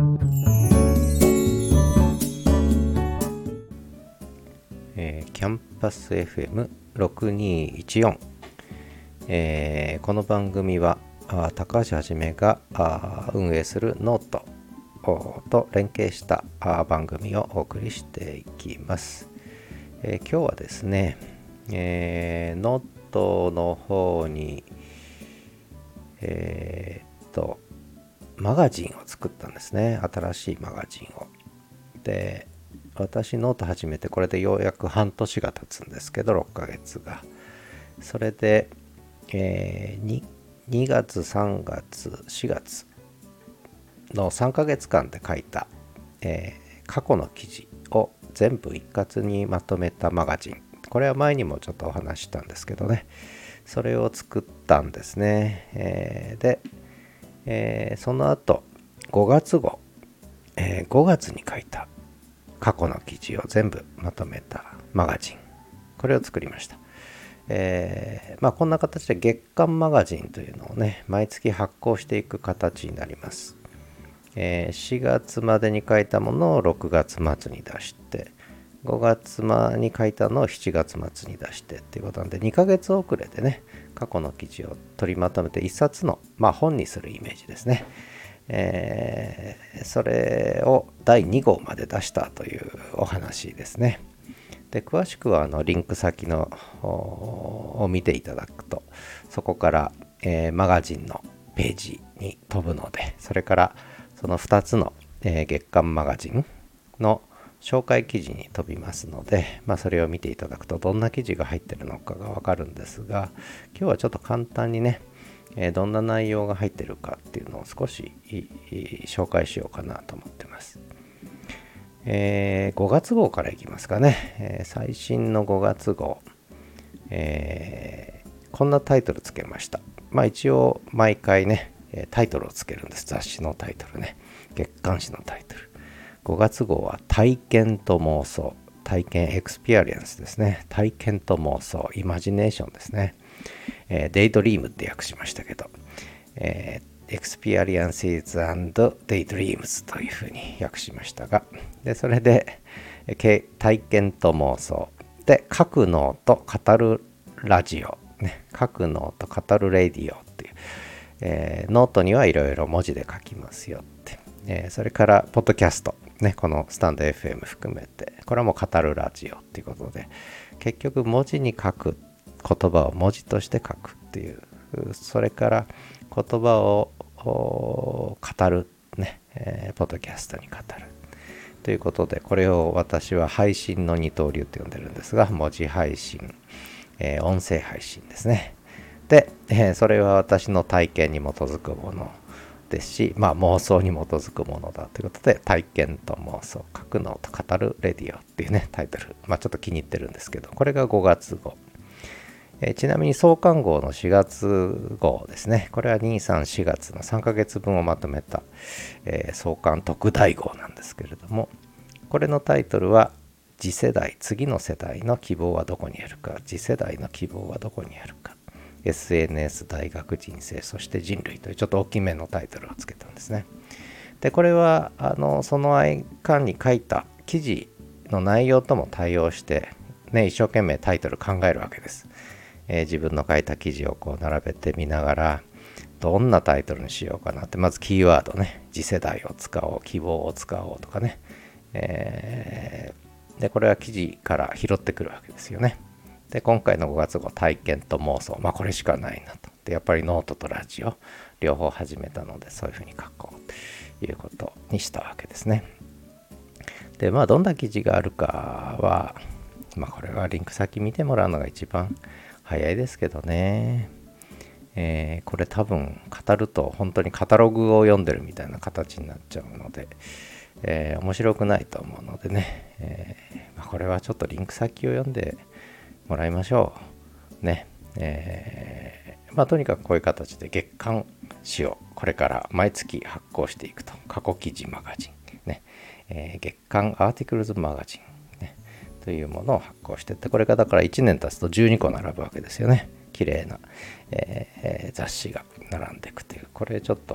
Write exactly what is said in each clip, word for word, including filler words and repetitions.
えー、キャンパス エフエムろくにいちよん、えー、この番組はあ高橋はじめがあ運営するノートと連携したあ番組をお送りしていきます。えー、今日はですね、えー、ノートの方にえー、っとマガジンを作ったんですね。新しいマガジンを。で、私ノート始めてこれでようやく半年が経つんですけど、ろっかげつが。それで、えー、2, 2月さんがつしがつのさんかげつかんで書いた、えー、過去の記事を全部一括にまとめたマガジン。これは前にもちょっとお話ししたんですけどね。それを作ったんですね。えー、で、えー、その後ごがつご、えー、ごがつに書いた過去の記事を全部まとめたマガジン、これを作りました。えー、まあこんな形で月刊マガジンというのをね、毎月発行していく形になります。えー、しがつまでに書いたものをろくがつまつに出して、ごがつに書いたのをしちがつまつに出してっていうことなんで、にかげつ遅れでね、過去の記事を取りまとめていっさつの、まあ、本にするイメージですね。えー、それをだいにごうまで出したというお話ですね。で、詳しくはあのリンク先のを見ていただくと、そこから、えー、マガジンのページに飛ぶので、それからそのふたつの、えー、月刊マガジンの紹介記事に飛びますので、まあ、それを見ていただくとどんな記事が入ってるのかがわかるんですが、今日はちょっと簡単にね、えー、どんな内容が入ってるかっていうのを少し紹介しようかなと思ってます。えー、ごがつごうからいきますかね。えー、最新のごがつごう、えー、こんなタイトルつけました。まあ一応毎回ね、タイトルをつけるんです。雑誌のタイトルね。月刊誌のタイトル。ごがつごうは体験と妄想。体験エクスペリエンスですね。体験と妄想。イマジネーションですね。えー、デイドリームって訳しましたけど、えー、エクスペリエンス and Daydreams というふうに訳しましたが、でそれで、えー、体験と妄想で、書く脳と語るラジオ、ね、書く脳と語るレディオっていう、えー、ノートにはいろいろ文字で書きますよって、えー、それからポッドキャスト、ね、このスタンド エフエム 含めて、これはもう語るラジオっていうことで、結局文字に書く、言葉を文字として書くっていう、それから言葉を語るね、えー、ポッドキャストに語るということで、これを私は配信の二刀流って呼んでるんですが、文字配信、えー、音声配信ですね。で、えー、それは私の体験に基づくものですし、まあ妄想に基づくものだということで、体験と妄想、書くのと語るレディオっていうね、タイトル、まあちょっと気に入ってるんですけど、これがごがつごう。えー、ちなみに創刊号のしがつごうですね。これはに、さん、しがつのさんかげつぶんをまとめた、えー、創刊特大号なんですけれども、これのタイトルは次世代、次の世代の希望はどこにあるか、次世代の希望はどこにあるか、エスエヌエス、大学、人生、そして人類というちょっと大きめのタイトルをつけたんですね。で、これはあのその間に書いた記事の内容とも対応して、ね、一生懸命タイトル考えるわけです。えー、自分の書いた記事をこう並べてみながら、どんなタイトルにしようかなって、まずキーワードね、次世代を使おう、希望を使おうとかね、えー、でこれは記事から拾ってくるわけですよね。で今回のごがつごう、体験と妄想、まあこれしかないなと。でやっぱりノートとラジオ両方始めたので、そういうふうに書こうということにしたわけですね。でまあどんな記事があるかは、まあこれはリンク先見てもらうのが一番早いですけどね。えー、これ多分語ると本当にカタログを読んでるみたいな形になっちゃうので、えー、面白くないと思うのでね、えーまあ、これはちょっとリンク先を読んでもらいましょうね。えーまあ、とにかくこういう形で月刊誌をこれから毎月発行していくと。過去記事マガジン、ねえー、月刊アーティクルズマガジン、ね、というものを発行していって、これがだからいちねん経つとじゅうにこ並ぶわけですよね。綺麗な、えー、雑誌が並んでいくという、これちょっと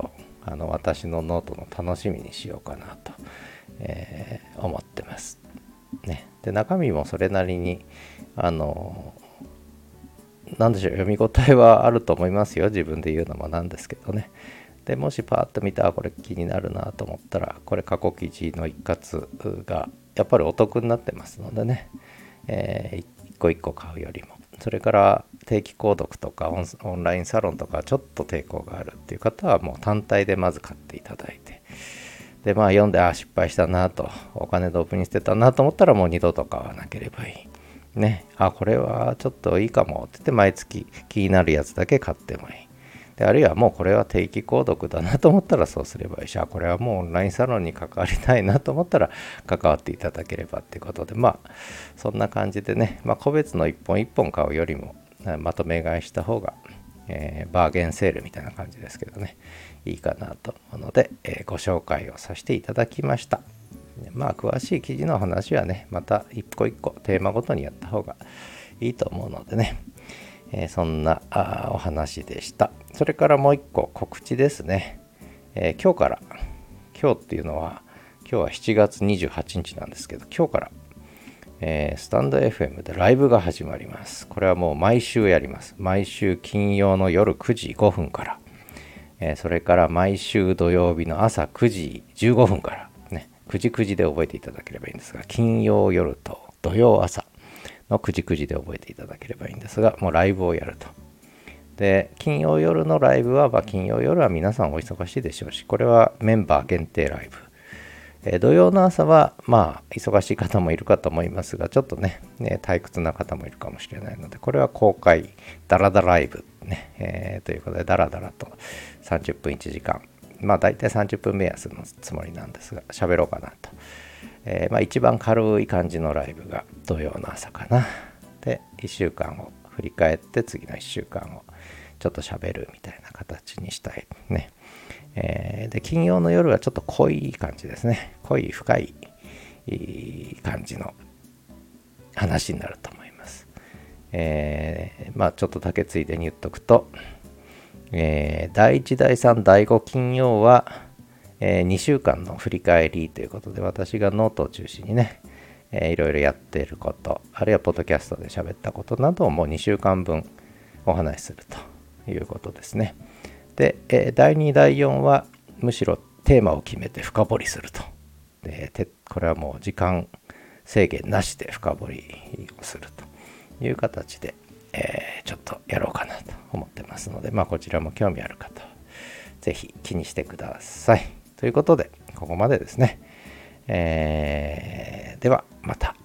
あの私のノートの楽しみにしようかなと、えー、思ってます。ね、で中身もそれなりにあのなんでしょう、読み応えはあると思いますよ。自分で言うのもなんですけどね。でもしパーッと見たらこれ気になるなと思ったら、これ過去記事の一括がやっぱりお得になってますのでね、えー、一個一個買うよりも、それから定期購読とかオン、オンラインサロンとかちょっと抵抗があるっていう方はもう単体でまず買っていただいて、でまあ読んであ失敗したなと、お金ドブに捨てたなと思ったらもう二度と買わなければいいね。あこれはちょっといいかもって言って毎月気になるやつだけ買ってもいい。であるいはもうこれは定期購読だなと思ったらそうすればいいし、あこれはもうオンラインサロンに関わりたいなと思ったら関わっていただければっていうことで、まあそんな感じでね、まあ、個別の一本一本買うよりもまとめ買いした方が、えー、バーゲンセールみたいな感じですけどね、いいかなと思うので、えー、ご紹介をさせていただきました。まあ詳しい記事の話はね、また一個一個テーマごとにやった方がいいと思うのでね、えー、そんなあお話でした。それからもう一個告知ですね、えー、今日から今日っていうのは今日はしちがつにじゅうはちにちなんですけど、今日から、えー、スタンド エフエム でライブが始まります。これはもう毎週やります。毎週金曜の夜くじごふんから、えー、それから毎週土曜日の朝くじじゅうごふんからね、くじくじで覚えていただければいいんですが、金曜夜と土曜朝のくじくじで覚えていただければいいんですが、もうライブをやると。で金曜夜のライブは、まあ、金曜夜は皆さんお忙しいでしょうし、これはメンバー限定ライブ、えー、土曜の朝はまあ忙しい方もいるかと思いますが、ちょっと ね, ね退屈な方もいるかもしれないので、これは公開ダラダライブ、ねえー、ということでダラダラとさんじゅっぷんいちじかん、まあ大体さんじゅっぷん目安のつもりなんですが喋ろうかなと、えー、まあ一番軽い感じのライブが土曜の朝かな。でいっしゅうかんを振り返って次のいっしゅうかんをちょっと喋るみたいな形にしたいね。えー、で金曜の夜はちょっと濃い感じですね。濃い深い感じの話になると思います。えー、まあちょっとだけついでに言っとくと、えー、だいいちだいさんだいご金曜は、えー、にしゅうかんの振り返りということで、私がノートを中心にね、えー、いろいろやっていること、あるいはポッドキャストで喋ったことなどをもうにしゅうかんぶんお話しするということですね。で、えー、だいにだいよんはむしろテーマを決めて深掘りすると。でてこれはもう時間制限なしで深掘りをするという形で、えー、ちょっとやろうかなと思ってますので、まあこちらも興味ある方はぜひ気にしてください。ということでここまでですね。えー、ではまた。